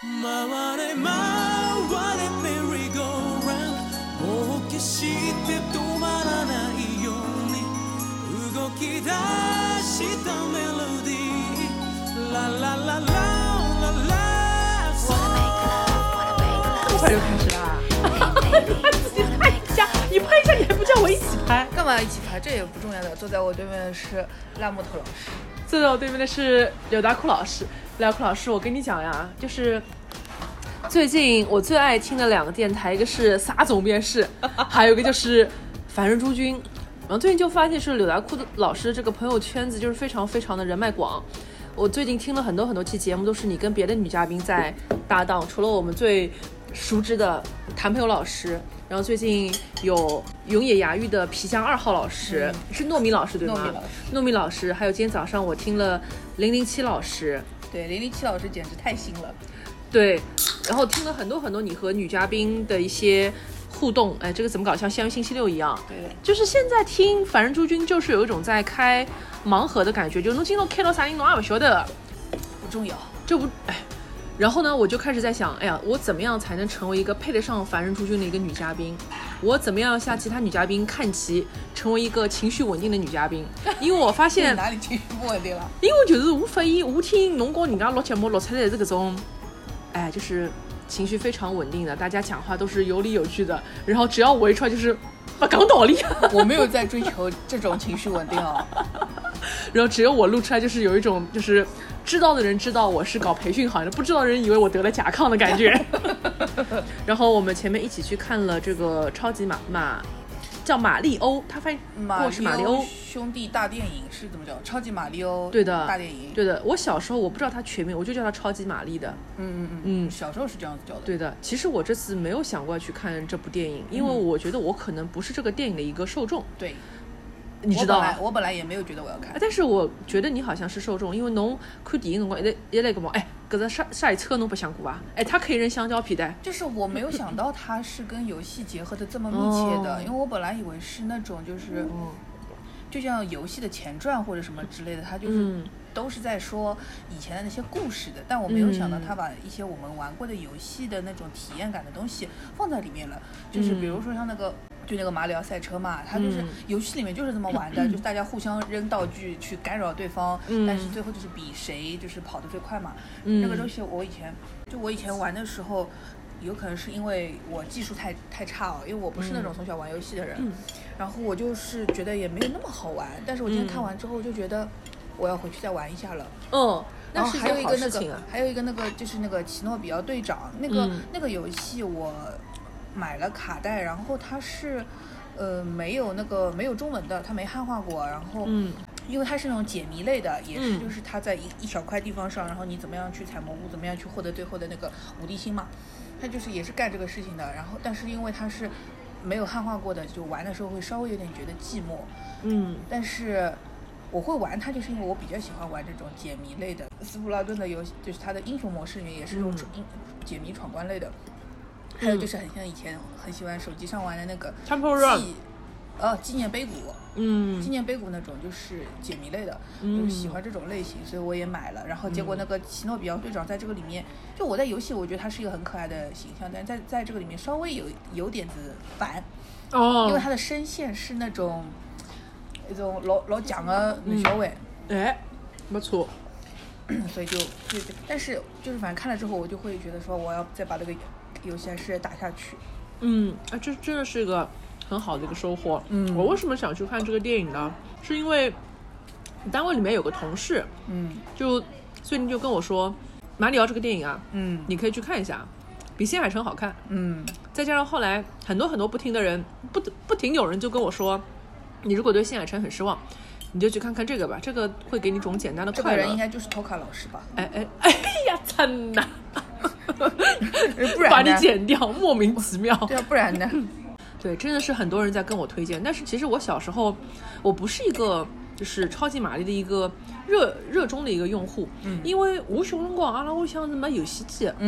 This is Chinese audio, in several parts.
回れ回れ merry go round もう決して止まらないように動き出したメロディー啦啦啦啦啦啦这么快就开始啦？自己拍一下，你拍一下你还不叫我一起拍？ 干嘛一起拍？这也不重要的。坐在我对面的是辣木头老师， 坐在我对面的是刘达库老师。刘达库老师，我跟你讲呀，就是最近我最爱听的两个电台，一个是撒总编室，还有一个就是凡人诸君。然后最近就发现是柳达库老师这个朋友圈子就是非常非常的人脉广。我最近听了很多期节目，都是你跟别的女嘉宾在搭档，除了我们最熟知的谭朋友老师，然后最近有永野芽郁的皮箱2号老师，是糯米老师对吗？糯米老师，还有今天早上我听了007老师。 对，007老师简直太新了。 对，然后听了很多你和女嘉宾的一些互动，哎，这个怎么搞？像星期六一样。 对， 就是现在听凡人诸君，就是有一种在开盲盒的感觉，就侬今朝开到啥人侬也不晓得， 不重要， 这不哎。然后呢，我就开始在想，哎呀，我怎么样才能成为一个配得上凡人诸君的一个女嘉宾？我怎么样向其他女嘉宾看齐，成为一个情绪稳定的女嘉宾？因为我发现哪里情绪不稳定了？ 因为就是我发现我听侬跟人家录节目录出来的这种，哎，就是情绪非常稳定的，大家讲话都是有理有据的，然后只要我一出来就是不讲道理。 我没有在追求这种情绪稳定哦。 然后只有我录出来就是有一种就是知道的人知道我是搞培训行业的，不知道的人以为我得了甲亢的感觉。然后我们前面一起去看了这个超级叫马里欧，他翻译过是马里欧兄弟大电影是怎么叫？超级马里欧对的大电影。 对的，我小时候我不知道他全名，我就叫他超级玛丽的。 小时候是这样子叫的。 对的，其实我这次没有想过要去看这部电影，因为我觉得我可能不是这个电影的一个受众。 对。 你知道我本来也没有觉得我要看， 但是我觉得你好像是受众，因为侬看电影辰光一来个嘛，哎，搿个杀一车侬不想过啊？哎，他可以扔香蕉皮的。 就是我没有想到它是跟游戏结合的这么密切的，因为我本来以为是那种就是，就像游戏的前传或者什么之类的，它就是都是在说以前的那些故事的，但我没有想到他把一些我们玩过的游戏的那种体验感的东西放在里面了，就是比如说像那个。就那个马里奥赛车嘛，它就是游戏里面就是这么玩的，就是大家互相扔道具去干扰对方，但是最后就是比谁就是跑得最快嘛。那个东西我以前玩的时候，有可能是因为我技术太差哦，因为我不是那种从小玩游戏的人，然后我就是觉得也没有那么好玩。但是我今天看完之后就觉得我要回去再玩一下了。 那是还有一个那个， 啊、 还有一个那个就是那个奇诺比奥队长那个游戏我。买了卡带，然后它是，没有中文的，它没汉化过，然后，因为它是那种解谜类的，也是就是它在一小块地方上，然后你怎么样去采蘑菇，怎么样去获得最后的那个无敌星嘛，它就是也是干这个事情的，然后但是因为它是没有汉化过的，就玩的时候会稍微有点觉得寂寞，但是我会玩它，就是因为我比较喜欢玩这种解谜类的，斯普拉顿的游戏就是它的英雄模式里面也是这种解谜闯关类的。还有就是很像以前很喜欢手机上玩的那个纪念碑谷，纪念碑谷那种就是解谜类的，就是喜欢这种类型，所以我也买了。然后结果那个奇诺比奥队长在这个里面，就我在游戏我觉得他是一个很可爱的形象，但在这个里面稍微有点子烦，因为他的声线是那种一种老讲的女小伟， 哎，没错。 所以就但是就是反正看了之后，我就会觉得说我要再把这个游戏还是打下去。 这真的是一个很好的一个收获。我为什么想去看这个电影呢？是因为单位里面有个同事，就最近就跟我说，马里奥这个电影啊，你可以去看一下，比新海诚好看。再加上后来很多不停的人，不停有人就跟我说，你如果对新海诚很失望，你就去看看这个吧，这个会给你一种简单的快乐。 这个人应该就是托卡老师吧？ 哎呀，惨呐！ 不然把你剪掉，莫名其妙。 对啊，不然呢？ 对，真的是很多人在跟我推荐，但是其实我小时候我不是一个就是超级玛丽的一个热衷的一个用户，因为我小辰光阿拉屋里向是没游戏机的，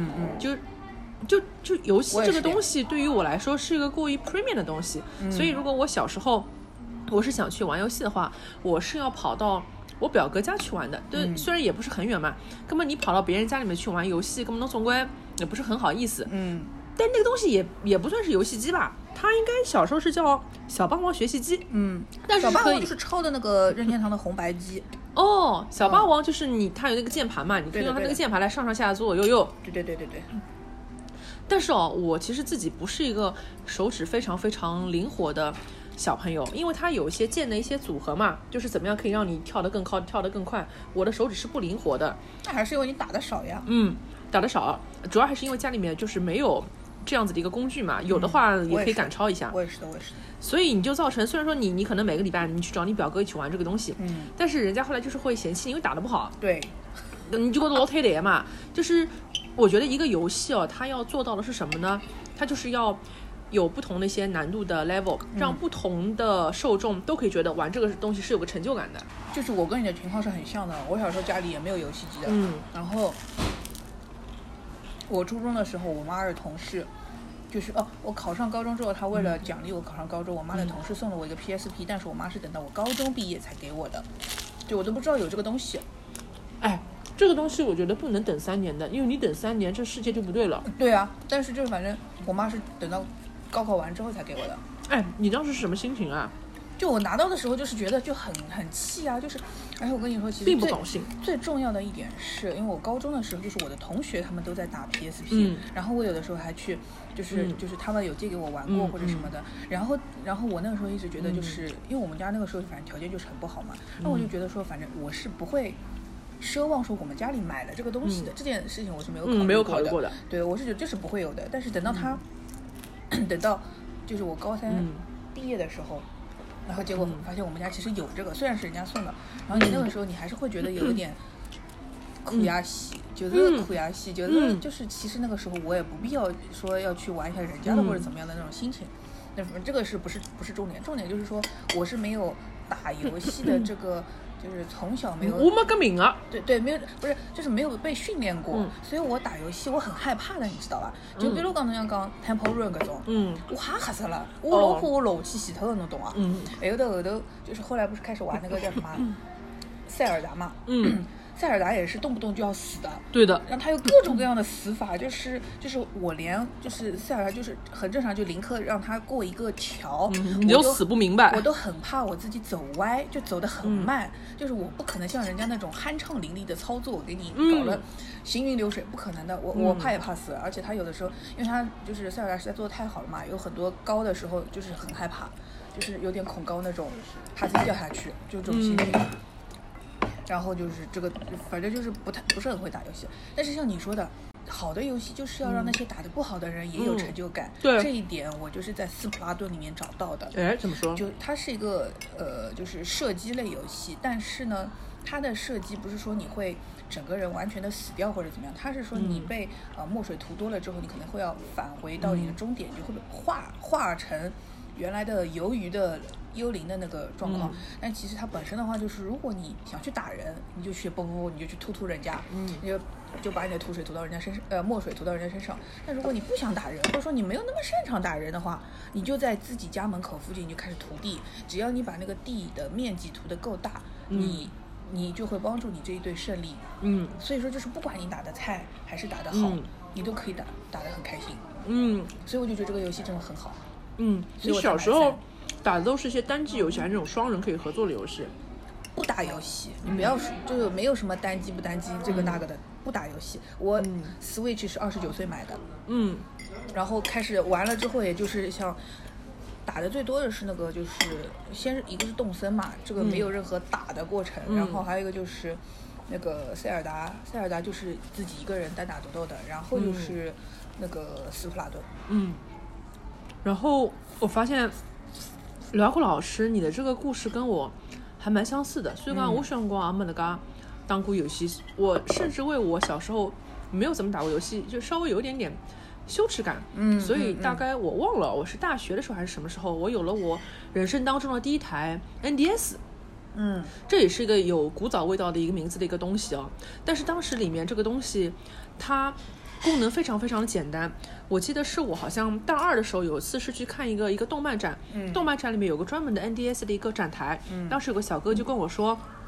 就游戏这个东西对于我来说是一个过于 premium 的东西，所以如果我小时候我是想去玩游戏的话，我是要跑到我表哥家去玩的，对，虽然也不是很远嘛，根本你跑到别人家里面去玩游戏，根本侬总归也不是很好意思。但那个东西也不算是游戏机吧，它应该小时候是叫小霸王学习机。但是小霸王就是抄的那个任天堂的红白机。 哦，小霸王就是它有那个键盘嘛，你可以用它那个键盘来上上下左右右。 对。 但是我其实自己不是一个手指非常非常灵活的小朋友，因为它有一些键的一些组合嘛，就是怎么样可以让你跳得更高，跳得更快。我的手指是不灵活的。 那还是因为你打得少呀。 打得少，主要还是因为家里面就是没有这样子的一个工具嘛，有的话也可以赶超一下。 我也是的。 所以你就造成，虽然说你可能每个礼拜你去找你表哥一起玩这个东西，但是人家后来就是会嫌弃你，因为打得不好。 对， 你就老推的嘛。就是我觉得一个游戏它要做到的是什么呢？它就是要有不同的一些难度的 level，让不同的受众都可以觉得玩这个东西是有个成就感的。 就是我跟你的情况是很像的，我小时候家里也没有游戏机的，然后我初中的时候，我妈的同事，就是我考上高中之后，她为了奖励我考上高中，我妈的同事送了我一个 PSP，但是我妈是等到我高中毕业才给我的，就我都不知道有这个东西。 这个东西我觉得不能等3年的，因为你等3年，这世界就不对了。 对啊，但是就是反正我妈是等到高考完之后才给我的。 你当时是什么心情啊？ 就我拿到的时候，就是觉得就很气啊，就是，而且我跟你说，其实并不高兴。 最重要的一点是，因为我高中的时候，就是我的同学他们都在打 PSP，然后我有的时候还去，就是他们有借给我玩过或者什么的，然后我那个时候一直觉得，就是因为我们家那个时候反正条件就是很不好嘛，那我就觉得说，反正我是不会奢望说我们家里买了这个东西的，这件事情我是没有考虑过的。对，我是觉得这是不会有的。但是等到等到就是我高3毕业的时候，然后结果发现我们家其实有这个，虽然是人家送的，然后你那个时候你还是会觉得有一点苦呀喜，就是其实那个时候我也不必要说要去玩一下人家的或者怎么样的那种心情。那这个不是重点，重点就是说我是没有打游戏的这个。就是从小没有， 我没革命啊， 对，没有，不是，就是没有被训练过，所以我打游戏我很害怕的，你知道吧？就比如刚才讲 Temple Run 搿种，我吓死了，我老怕我漏气洗头的，侬懂啊？还有的后头就是后来不是开始玩那个叫什么塞尔达嘛，塞尔达也是动不动就要死的， 对的， 然后它有各种各样的死法，就是我连就是塞尔达就是很正常，就林克让他过一个桥， 你就死不明白， 我都很怕我自己走歪，就走得很慢，就是我不可能像人家那种酣畅淋漓的操作给你搞了行云流水，不可能的，我怕也怕死，而且他有的时候，因为他就是塞尔达实在做得太好了嘛，有很多高的时候就是很害怕，就是有点恐高那种，怕自己掉下去，就这种心情。然后就是这个，反正就是不是很会打游戏。但是像你说的，好的游戏就是要让那些打得不好的人也有成就感。 对， 这一点我就是在斯普拉顿里面找到的。 怎么说？ 就它是一个就是射击类游戏，但是呢，它的射击不是说你会整个人完全的死掉或者怎么样，它是说你被墨水涂多了之后，你可能会要返回到你的终点，就会被化成原来的鱿鱼的幽灵的那个状况，但其实它本身的话就是，如果你想去打人，你就去你就去突人家，你就把你的吐水涂到人家身上，墨水涂到人家身上。但如果你不想打人，或者说你没有那么擅长打人的话，你就在自己家门口附近你就开始涂地，只要你把那个地的面积涂得够大，你就会帮助你这一队胜利。所以说就是不管你打得菜还是打得好，你都可以打得很开心。所以我就觉得这个游戏真的很好。 你小时候打的都是一些单机游戏，还是那种双人可以合作的游戏？ 不打游戏，你不要说，就没有什么单机不单机这个那个的，不打游戏。我 Switch 是29岁买的，然后开始玩了之后，也就是像打的最多的是那个，就是先一个是动森嘛，这个没有任何打的过程，然后还有一个就是那个塞尔达就是自己一个人单打独斗的，然后就是那个斯普拉顿。 然后我发现辽阔老师你的这个故事跟我还蛮相似的，所以讲我小辰光也没那个当过游戏，我甚至为我小时候没有怎么打过游戏就稍微有一点点羞耻感。所以大概我忘了我是大学的时候还是什么时候，我有了我人生当中的第一台 NDS。这也是一个有古早味道的一个名字的一个东西但是当时里面这个东西它功能非常非常的简单。我记得是我好像大2的时候有一次是去看一个动漫展，动漫展里面有个专门的 NDS 的一个展台，当时有个小哥就跟我说，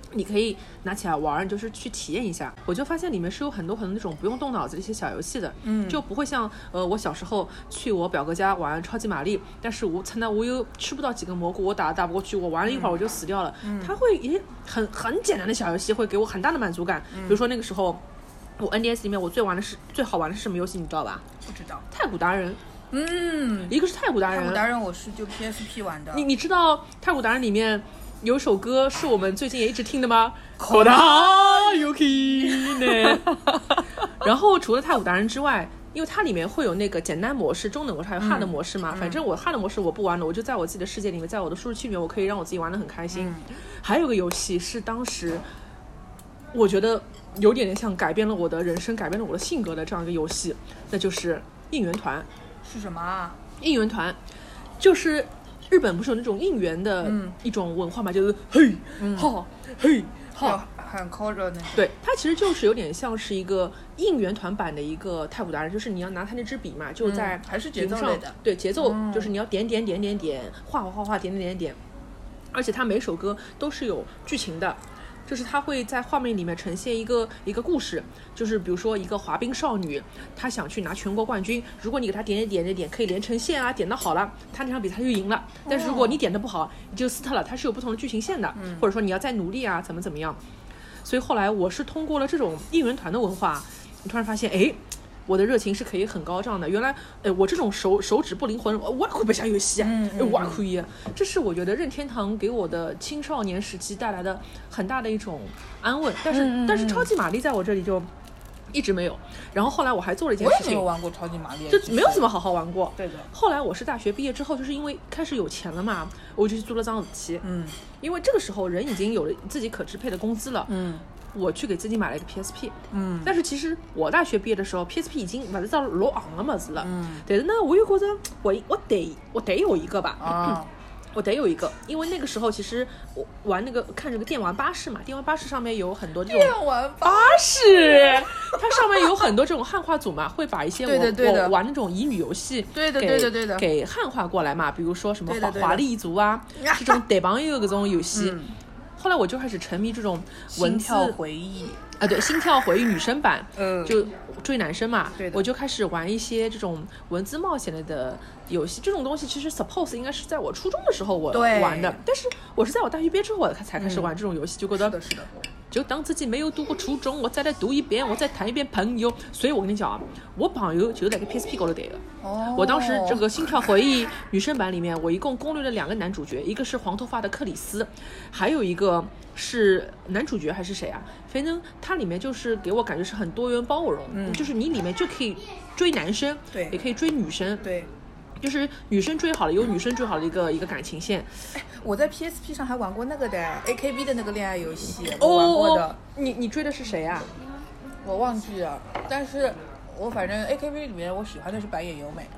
你可以拿起来玩，就是去体验一下。我就发现里面是有很多那种不用动脑子的一些小游戏的，就不会像我小时候去我表哥家玩超级玛丽，但是我猜呢我又吃不到几个蘑菇，我打不过去，我玩了一会儿我就死掉了。它会很简单的小游戏会给我很大的满足感。比如说那个时候我 NDS 里面我最好玩的是什么游戏你知道吧？ 不知道。 太古达人。一个是太古达人。 太古达人我是就 PSP 玩的。 你知道太古达人里面有首歌是我们最近也一直听的吗？口袋有气呢。然后除了太古达人之外，因为它里面会有那个简单模式、中等模式还有 hard 模式嘛，反正我 hard 模式我不玩了，我就在我自己的世界里面，在我的舒适区里面，我可以让我自己玩得很开心。还有个游戏是当时我觉得有点像改变了我的人生、改变了我的性格的这样一个游戏，那就是应援团。 是什么啊？ 应援团就是日本不是有那种应援的一种文化嘛，就是嘿哈嘿哈， 很抠着那种。 对，它其实就是有点像是一个应援团版的一个太古达人，就是你要拿他那支笔嘛，就在还是节奏类的。 对，节奏就是你要点画点，而且它每首歌都是有剧情的。就是它会在画面里面呈现一个故事，就是比如说一个滑冰少女，她想去拿全国冠军，如果你给她点，可以连成线啊，点得好了，她那场比赛就赢了。但是如果你点得不好，你就死特了，它是有不同的剧情线的，或者说你要再努力啊，怎么样。所以后来我是通过了这种应援团的文化，你突然发现，哎，我的热情是可以很高涨的。原来，我这种手指不灵魂，我也可以不下游戏啊，我也可以。这是我觉得任天堂给我的青少年时期带来的很大的一种安慰。但是超级玛丽在我这里就一直没有。然后后来我还做了一件事情， 我也没有玩过超级玛丽， 就没有怎么好好玩过。 对的。 后来我是大学毕业之后，就是因为开始有钱了嘛，我就去租了张子期。因为这个时候人已经有了自己可支配的工资了。我去给自己买了一个 PSP，但是其实我大学毕业的时候 PSP 已经不是到老昂的么子了，但是呢，我又觉得我得有一个吧，我得有一个，因为那个时候其实我玩看这个电玩巴士嘛，电玩巴士上面有很多这种电玩巴士，它上面有很多这种汉化组嘛，会把一些我玩那种乙女游戏， 对的， 给汉化过来嘛，比如说什么华丽一族啊，这种带朋友这种游戏。后来我就开始沉迷这种文字心跳回忆啊，对，心跳回忆女生版，就追男生嘛， 对的， 我就开始玩一些这种文字冒险类的游戏。这种东西其实 suppose 应该是在我初中的时候我玩的，但是我是在我大学毕业之后我才开始玩这种游戏，就觉得是的。 就当自己没有读过初中，我再来读一遍，我再谈一遍朋友。所以我跟你讲啊，我朋友就是在个 PSP 高头对的。我当时这个心跳回忆女生版里面，我一共攻略了2个男主角，一个是黄头发的克里斯，还有一个是男主角还是谁啊？反正它里面就是给我感觉是很多元包容，就是你里面就可以追男生， 对， 也可以追女生， 对。 就是女生追好了，有女生追好了一个感情线。 我在 PSP 上还玩过那个的 AKB 的那个恋爱游戏，我玩过的。 你追的是谁啊？ 我忘记了，但是我反正 AKB 里面我喜欢的是白野由美。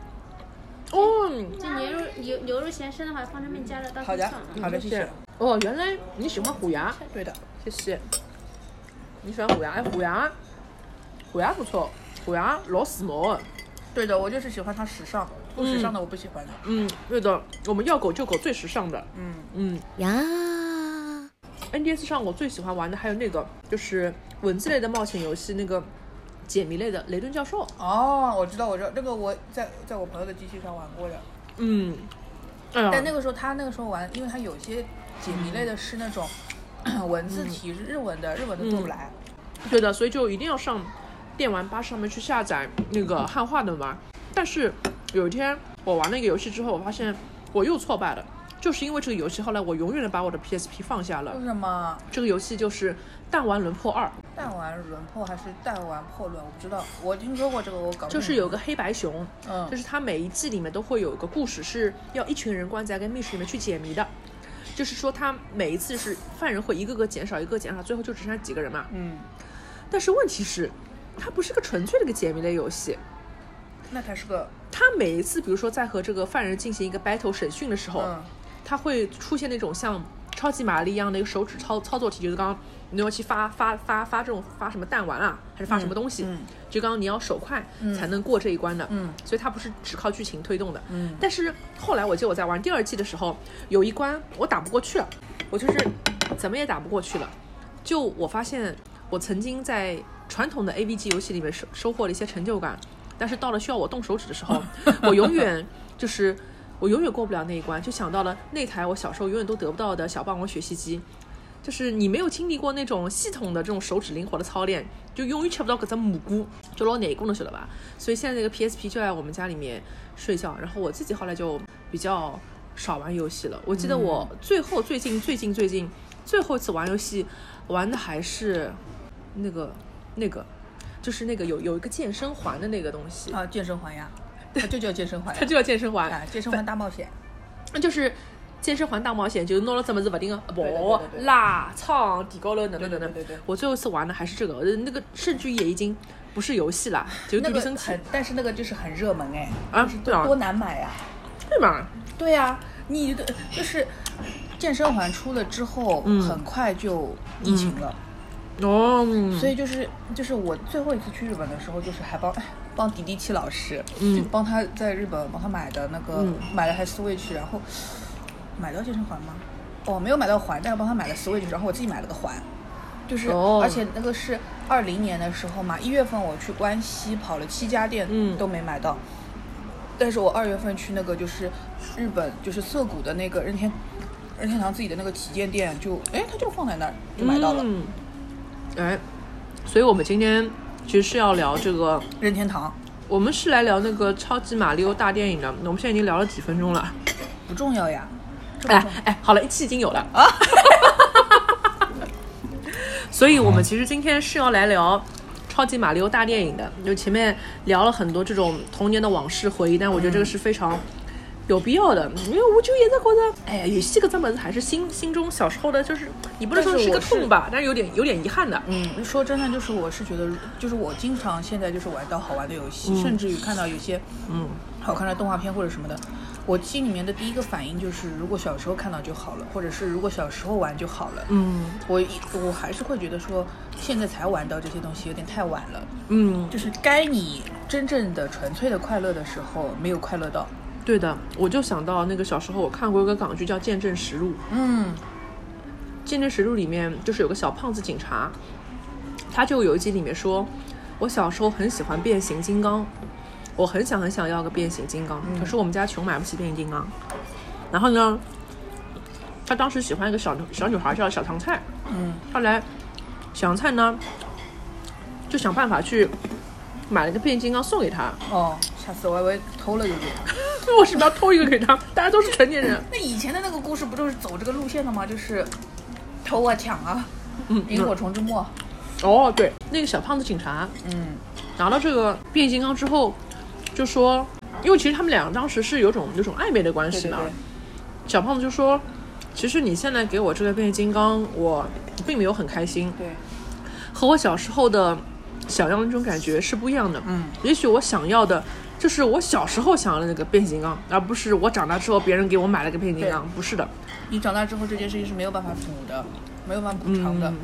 这牛肉咸生的话，放上面加了到处上。 好的，谢谢。 原来你喜欢虎牙？ 对的， 谢谢。你喜欢虎牙？哎，虎牙不错，虎牙老时髦的。 对的，我就是喜欢它时尚，不时尚的我不喜欢的。 对的，我们要狗就狗最时尚的。 呀。 NDS 上我最喜欢玩的还有那个，就是文字类的冒险游戏，那个解谜类的雷顿教授。 我知道，这个我在我朋友的机器上玩过的。但那个时候他玩，因为他有些解谜类的是那种文字题是日文的做不来。 对的，所以就一定要上电玩吧上面去下载那个汉化的嘛。但是有一天我玩那个游戏之后，我发现我又挫败了，就是因为这个游戏后来我永远的把我的 PSP 放下了。 为什么？ 这个游戏就是弹丸轮破2。 弹丸轮破还是弹丸破轮？我不知道，我听说过这个，我搞不懂。 就是有个黑白熊，就是它每一季里面都会有一个故事，是要一群人关在一个密室里面去解谜的。就是说他每一次是犯人会一个个减少，最后就只剩下几个人嘛。但是问题是它不是个纯粹的一个解谜类游戏， 那它是个， 它每一次比如说在和这个犯人进行一个 battle 审讯的时候，它会出现那种像超级玛丽一样的一个手指操作题，就是刚刚你要去发这种发什么弹丸啊，还是发什么东西，就刚刚你要手快才能过这一关的，所以它不是只靠剧情推动的。但是后来我记得我在玩第2季的时候，有一关我打不过去了，我就是怎么也打不过去了。 就我发现我曾经在传统的 AVG 游戏里面收获了一些成就感，但是到了需要我动手指的时候，我永远过不了那一关，就想到了那台我小时候永远都得不到的小霸王学习机。就是你没有经历过那种系统的这种手指灵活的操练，就永远吃不到搿只蘑菇，就老难过的晓得吧？所以现在这个 PSP 就在我们家里面睡觉，然后我自己后来就比较少玩游戏了。我记得我最后最近最后一次玩游戏玩的还是那个就是那个有一个健身环的那个东西啊，健身环呀，它就叫健身环， 它就叫健身环， 健身环大冒险， 就是健身环大冒险，就拿了这么子不定的跑、拉、唱、底高楼等等。我最后一次玩的还是这个，那个甚至也已经不是游戏了，就锻炼身体。 但是那个就是很热门哎， 啊， 对啊，多难买呀， 对吗？ 对呀，你的就是健身环出了之后，很快就疫情了。 哦， 所以就是我最后一次去日本的时候，就是还帮迪迪七老师，帮他在日本帮他买的那个，买了台 Switch， 然后买到健身环吗？哦，没有买到环，但是帮他买了 Switch， 然后我自己买了个环，就是而且那个是2020年的时候嘛，1月份我去关西跑了7家店，都没买到，但是我2月份去那个就是日本就是涩谷的那个任天堂自己的那个旗舰店，它就放在那儿就买到了。 所以我们今天其实是要聊这个任天堂， 我们是来聊那个超级马里奥大电影的。我们现在已经聊了几分钟了， 不重要呀。 好了，1期已经有了啊。所以我们其实今天是要来聊超级马里奥大电影的。就前面聊了很多这种童年的往事回忆，但我觉得这个是非常有必要的，因为我就一直觉得，游戏这个本还是心中小时候的，就是你不能说是个痛吧，但是有点遗憾的。 说真的，就是我是觉得，就是我经常现在就是玩到好玩的游戏，甚至于看到有些好看的动画片或者什么的，我心里面的第一个反应就是，如果小时候看到就好了，或者是如果小时候玩就好了。我还是会觉得说，现在才玩到这些东西有点太晚了。就是该你真正的纯粹的快乐的时候，没有快乐到。 对的，我就想到那个小时候我看过一个港剧叫《见证实录》。见证实录里面就是有个小胖子警察，他就有一集里面说，我小时候很喜欢变形金刚，我很想要个变形金刚，可是我们家穷买不起变形金刚。然后呢，他当时喜欢一个小女孩叫小唐菜。后来小唐菜呢就想办法去买了个变形金刚送给他。 下次我以为偷了就给他。 为什么要偷一个给他？大家都是成年人。 那以前的那个故事不就是走这个路线的吗？就是偷啊抢啊，萤火虫之墓。 对，那个小胖子警察，拿到这个变形金刚之后，就说，因为其实他们俩当时是有种暧昧的关系嘛。对。小胖子就说，其实你现在给我这个变形金刚，我并没有很开心。 对。 和我小时候的想要的那种感觉是不一样的。也许我想要的就是我小时候想要的那个变形金刚，而不是我长大之后别人给我买了个变形金刚。不是的， 你长大之后这件事情是没有办法补的，没有办法补偿的。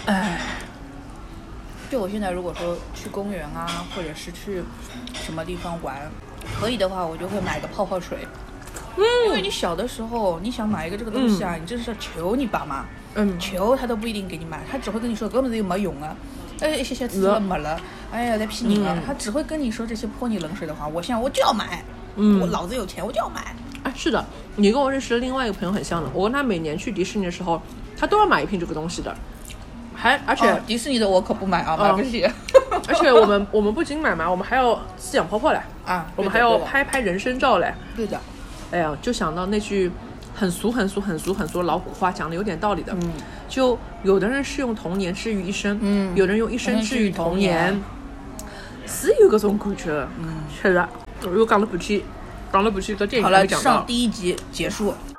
就我现在如果说去公园啊，或者是去什么地方玩，可以的话我就会买个泡泡水。因为你小的时候你想买一个这个东西啊，你真是求你爸妈，求他都不一定给你买，他只会跟你说根本就没用啊，一些吃了没了，在骗人啊，他只会跟你说这些泼你冷水的话。我现在我就要买，我老子有钱我就要买。 是的，你跟我认识的另外一个朋友很像的，我跟他每年去迪士尼的时候，他都要买一瓶这个东西的，而且迪士尼的我可不买啊，买不起。 而且我们不仅买嘛，我们还要饲养泡泡嘞我们还要拍人参照嘞。 对的。 就想到那句很俗老古话，讲的有点道理的。就有的人是用童年治愈一生，有人用一生治愈童年，是有这种感觉。确实，又讲了半天，到电影还没讲到。 好了，上第1集结束。